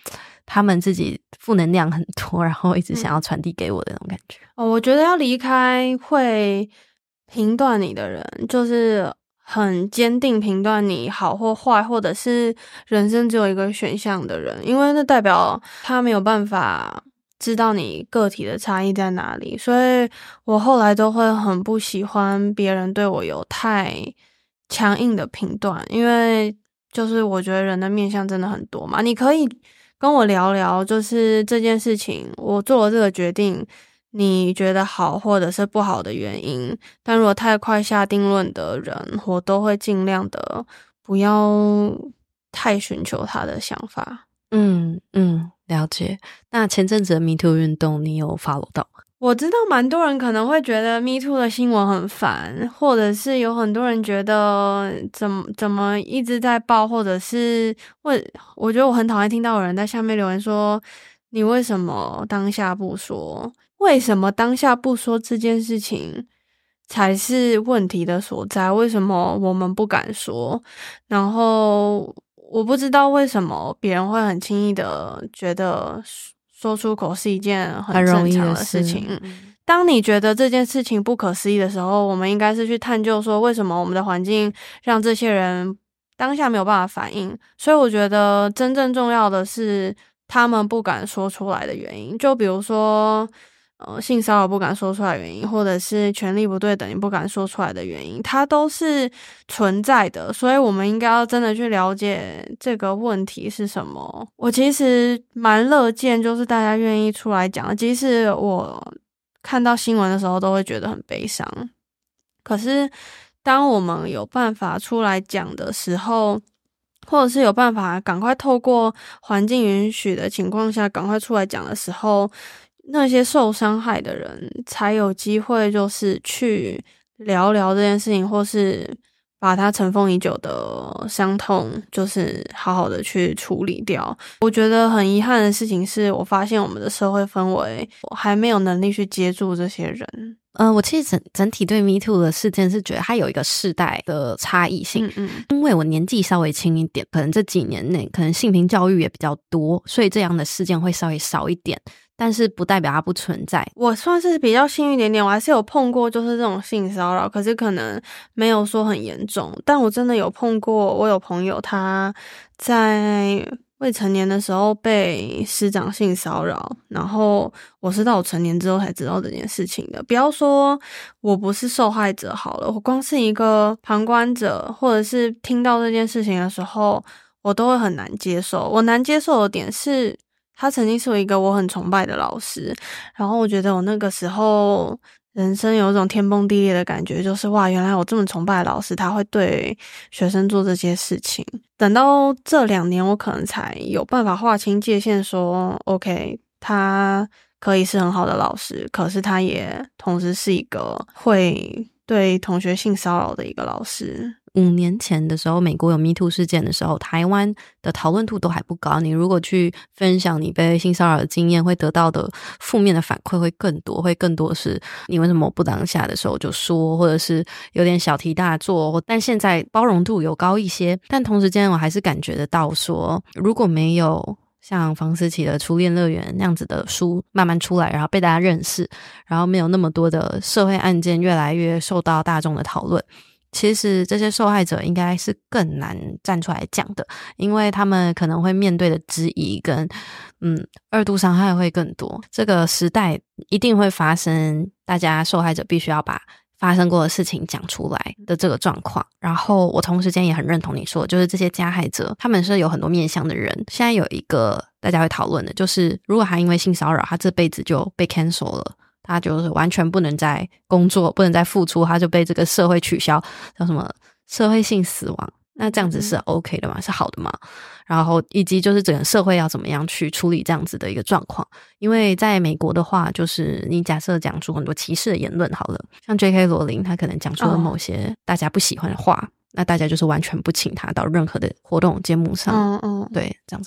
他们自己负能量很多，然后一直想要传递给我的那种感觉。 哦，我觉得要离开会评断你的人，就是很坚定评断你好或坏，或者是人生只有一个选项的人，因为那代表他没有办法知道你个体的差异在哪里。所以我后来都会很不喜欢别人对我有太强硬的评断，因为就是我觉得人的面向真的很多嘛，你可以跟我聊聊，就是这件事情我做了这个决定，你觉得好或者是不好的原因，但如果太快下定论的人，我都会尽量的不要太寻求他的想法。 嗯嗯，了解。那前阵子的 Me Too 运动你有 follow 到吗？ 我知道蛮多人可能会觉得 Me Too 的新闻很烦，或者是有很多人觉得怎么怎么一直在报，或者是我我觉得我很讨厌听到有人在下面留言说你为什么当下不说，为什么当下不说这件事情才是问题的所在，为什么我们不敢说，然后我不知道为什么别人会很轻易的觉得说出口是一件很正常的事情。嗯，当你觉得这件事情不可思议的时候，我们应该是去探究说为什么我们的环境让这些人当下没有办法反应。所以我觉得真正重要的是他们不敢说出来的原因，就比如说呃，性骚扰不敢说出来的原因，或者是权力不对等你不敢说出来的原因，它都是存在的，所以我们应该要真的去了解这个问题是什么。我其实蛮乐见就是大家愿意出来讲，即使我看到新闻的时候都会觉得很悲伤，可是当我们有办法出来讲的时候，或者是有办法赶快透过环境允许的情况下赶快出来讲的时候，那些受伤害的人才有机会就是去聊聊这件事情，或是把他尘封已久的伤痛就是好好的去处理掉。我觉得很遗憾的事情是，我发现我们的社会氛围我还没有能力去接住这些人。 呃，我其实整整体对 Me Too 的事件是觉得它有一个世代的差异性，嗯嗯，因为我年纪稍微轻一点，可能这几年内可能性平教育也比较多，所以这样的事件会稍微少一点，但是不代表它不存在。 我算是比较幸运一点点，我还是有碰过就是这种性骚扰，可是可能没有说很严重，但我真的有碰过，我有朋友他在未成年的时候被师长性骚扰，然后我是到我成年之后才知道这件事情的。不要说我不是受害者好了，我光是一个旁观者，或者是听到这件事情的时候，我都会很难接受。我难接受的点是他曾经是我一个我很崇拜的老师，然后我觉得我那个时候人生有一种天崩地裂的感觉，就是哇，原来我这么崇拜的老师他会对学生做这些事情。等到这两年我可能才有办法划清界限说 OK， 他可以是很好的老师，可是他也同时是一个会对同学性骚扰的一个老师。 五年前的时候，美国有 Me Too 事件的时候，台湾的讨论度都还不高。你如果去分享你被性骚扰的经验，会得到的负面的反馈会更多，会更多是你为什么不当下的时候就说，或者是有点小题大做。但现在包容度有高一些，但同时间我还是感觉得到说，如果没有像房思琪的初恋乐园那样子的书慢慢出来，然后被大家认识，然后没有那么多的社会案件越来越受到大众的讨论，其实这些受害者应该是更难站出来讲的，因为他们可能会面对的质疑跟嗯二度伤害会更多。这个时代一定会发生大家受害者必须要把发生过的事情讲出来的这个状况。然后我同时间也很认同你说，就是这些加害者他们是有很多面向的人。现在有一个大家会讨论的，就是如果他因为性骚扰他这辈子就被 cancel 了，他就是完全不能再工作，不能再付出，他就被这个社会取消，叫什么社会性死亡。那这样子是 OK 的吗？是好的吗？然后以及就是整个社会要怎么样去处理这样子的一个状况。因为在美国的话，就是你假设讲出很多歧视的言论好了，像 J K 罗琳他可能讲出了某些大家不喜欢的话，哦，那大家就是完全不请他到任何的活动节目上，嗯嗯，对，这样子的状。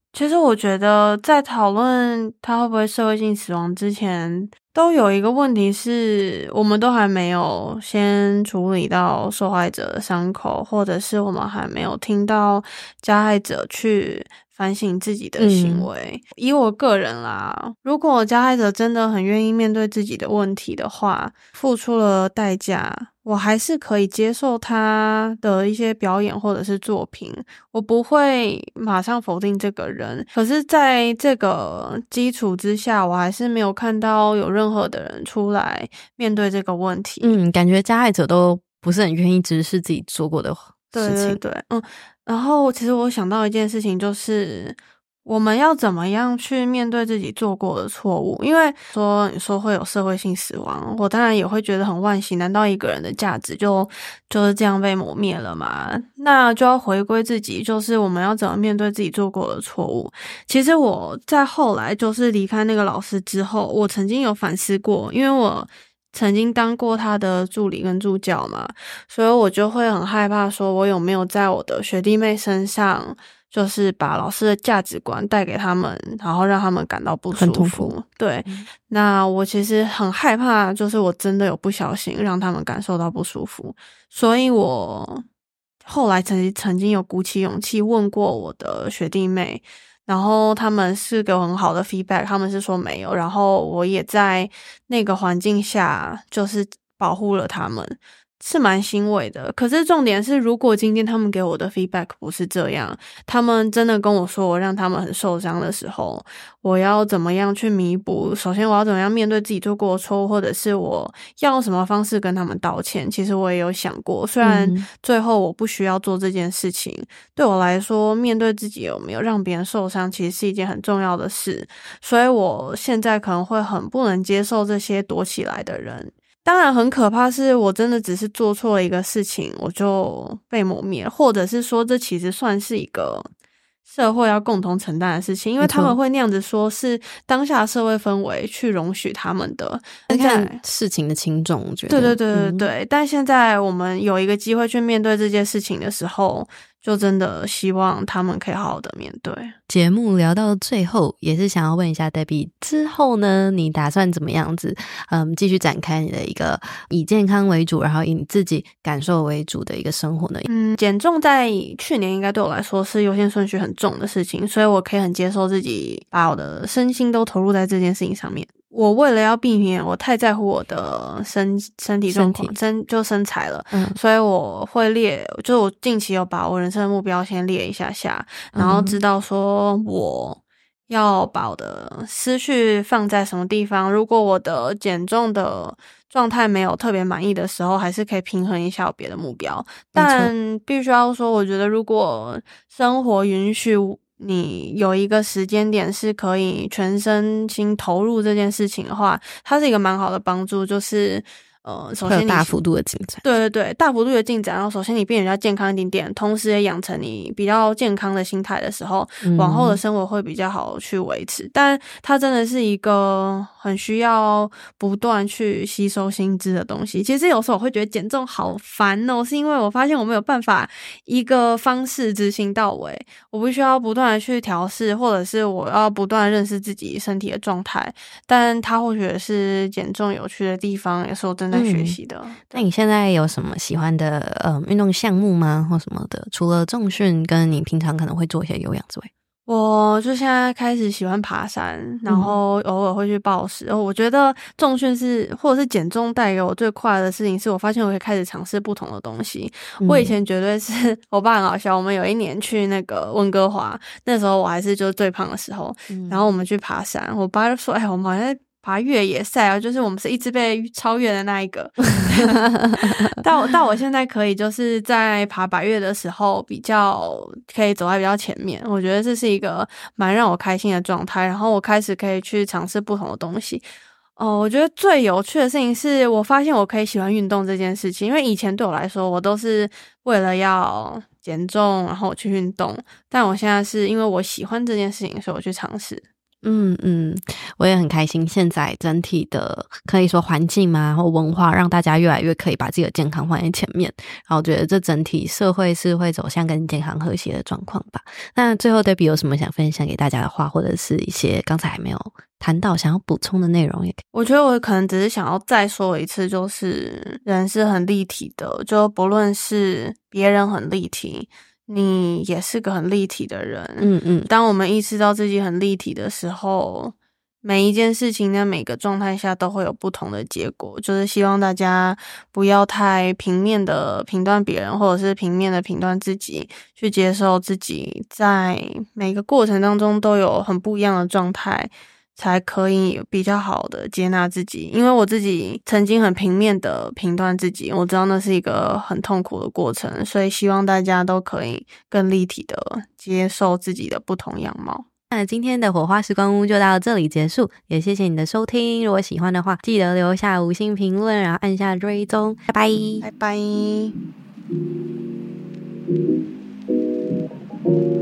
其实我觉得在讨论他会不会社会性死亡之前，都有一个问题是我们都还没有先处理到受害者的伤口，或者是我们还没有听到加害者去反省自己的行为。嗯、以我个人啦，如果加害者真的很愿意面对自己的问题的话，付出了代价，我还是可以接受他的一些表演或者是作品，我不会马上否定这个人。可是在这个基础之下，我还是没有看到有任何的人出来面对这个问题。 嗯，感觉加害者都不是很愿意直视自己做过的事情。 对对对，嗯。然后其实我想到一件事情，就是我们要怎么样去面对自己做过的错误。因为说你说会有社会性死亡，我当然也会觉得很惋惜，难道一个人的价值就就是这样被磨灭了吗？那就要回归自己，就是我们要怎么面对自己做过的错误。其实我在后来就是离开那个老师之后，我曾经有反思过，因为我曾经当过他的助理跟助教嘛，所以我就会很害怕说我有没有在我的学弟妹身上就是把老师的价值观带给他们，然后让他们感到不舒服。对、嗯、那我其实很害怕就是我真的有不小心让他们感受到不舒服，所以我后来曾经曾经有鼓起勇气问过我的学弟妹，然后他们是给我很好的 feedback， 他们是说没有，然后我也在那个环境下就是保护了他们，是蛮欣慰的。可是重点是，如果今天他们给我的 feedback 不是这样，他们真的跟我说我让他们很受伤的时候，我要怎么样去弥补？首先我要怎么样面对自己做过的错误，或者是我要用什么方式跟他们道歉，其实我也有想过，虽然最后我不需要做这件事情、嗯、对我来说面对自己有没有让别人受伤其实是一件很重要的事，所以我现在可能会很不能接受这些躲起来的人。当然很可怕是我真的只是做错了一个事情我就被磨灭，或者是说这其实算是一个社会要共同承担的事情，因为他们会那样子说是当下社会氛围去容许他们的， 看事情的轻重我觉得对对对对对、嗯、但现在我们有一个机会去面对这件事情的时候，就真的希望他们可以好好的面对。 节目聊到最后，也是想要问一下 Debbie， 之后呢，你打算怎么样子，嗯，继续展开你的一个以健康为主，然后以你自己感受为主的一个生活呢？ 嗯，减重在去年应该对我来说是优先顺序很重的事情，所以我可以很接受自己把我的身心都投入在这件事情上面。我为了要避免我太在乎我的身身体状况身就身材了、嗯、所以我会列，就是我近期有把我人生的目标先列一下下，然后知道说我要把我的思绪放在什么地方，如果我的减重的状态没有特别满意的时候，还是可以平衡一下有别的目标。但必须要说，我觉得如果生活允许你有一个时间点是可以全身心投入这件事情的话，它是一个蛮好的帮助，就是呃，首先你大幅度的进展， 对对对，大幅度的进展。然后首先你变得比较健康一点点，同时也养成你比较健康的心态的时候、嗯、往后的生活会比较好去维持。但它真的是一个很需要不断去吸收新知的东西。其实有时候我会觉得减重好烦哦，是因为我发现我没有办法一个方式执行到位，我必须要不断的去调试，或者是我要不断认识自己身体的状态。但它或许是减重有趣的地方，也是我真的在学习的、嗯、 那你现在有什么喜欢的呃运动项目吗或什么的？除了重训跟你平常可能会做一些有氧之外， 我就现在开始喜欢爬山，然后偶尔会去暴食、嗯、我觉得重训是或者是减重带给我最快乐的事情是我发现我可以开始尝试不同的东西、嗯、我以前绝对是我爸很好笑，我们有一年去那个温哥华，那时候我还是就是最胖的时候、嗯、然后我们去爬山，我爸就说哎，我们好像在爬越野赛啊，就是我们是一直被超越的那一个到到我现在可以就是在爬百岳的时候比较可以走在比较前面，我觉得这是一个蛮让我开心的状态。然后我开始可以去尝试不同的东西哦，我觉得最有趣的事情是我发现我可以喜欢运动这件事情，因为以前对我来说我都是为了要减重然后我去运动，但我现在是因为我喜欢这件事情所以我去尝试。 嗯嗯，我也很开心，现在整体的可以说环境嘛，或文化让大家越来越可以把自己的健康放在前面，然后我觉得这整体社会是会走向更健康和谐的状况吧。那最后 Debbie 有什么想分享给大家的话，或者是一些刚才还没有谈到想要补充的内容也可以？ 我觉得我可能只是想要再说一次，就是人是很立体的，就不论是别人很立体，你也是个很立体的人。 嗯嗯， 当我们意识到自己很立体的时候，每一件事情在每个状态下都会有不同的结果，就是希望大家不要太平面的评断别人，或者是平面的评断自己，去接受自己在每个过程当中都有很不一样的状态，才可以比较好的接纳自己。因为我自己曾经很平面的评断自己，我知道那是一个很痛苦的过程，所以希望大家都可以更立体的接受自己的不同样貌。 那今天的火花时光屋就到这里结束，也谢谢你的收听。如果喜欢的话，记得留下五星评论，然后按下追踪。拜拜， 拜拜。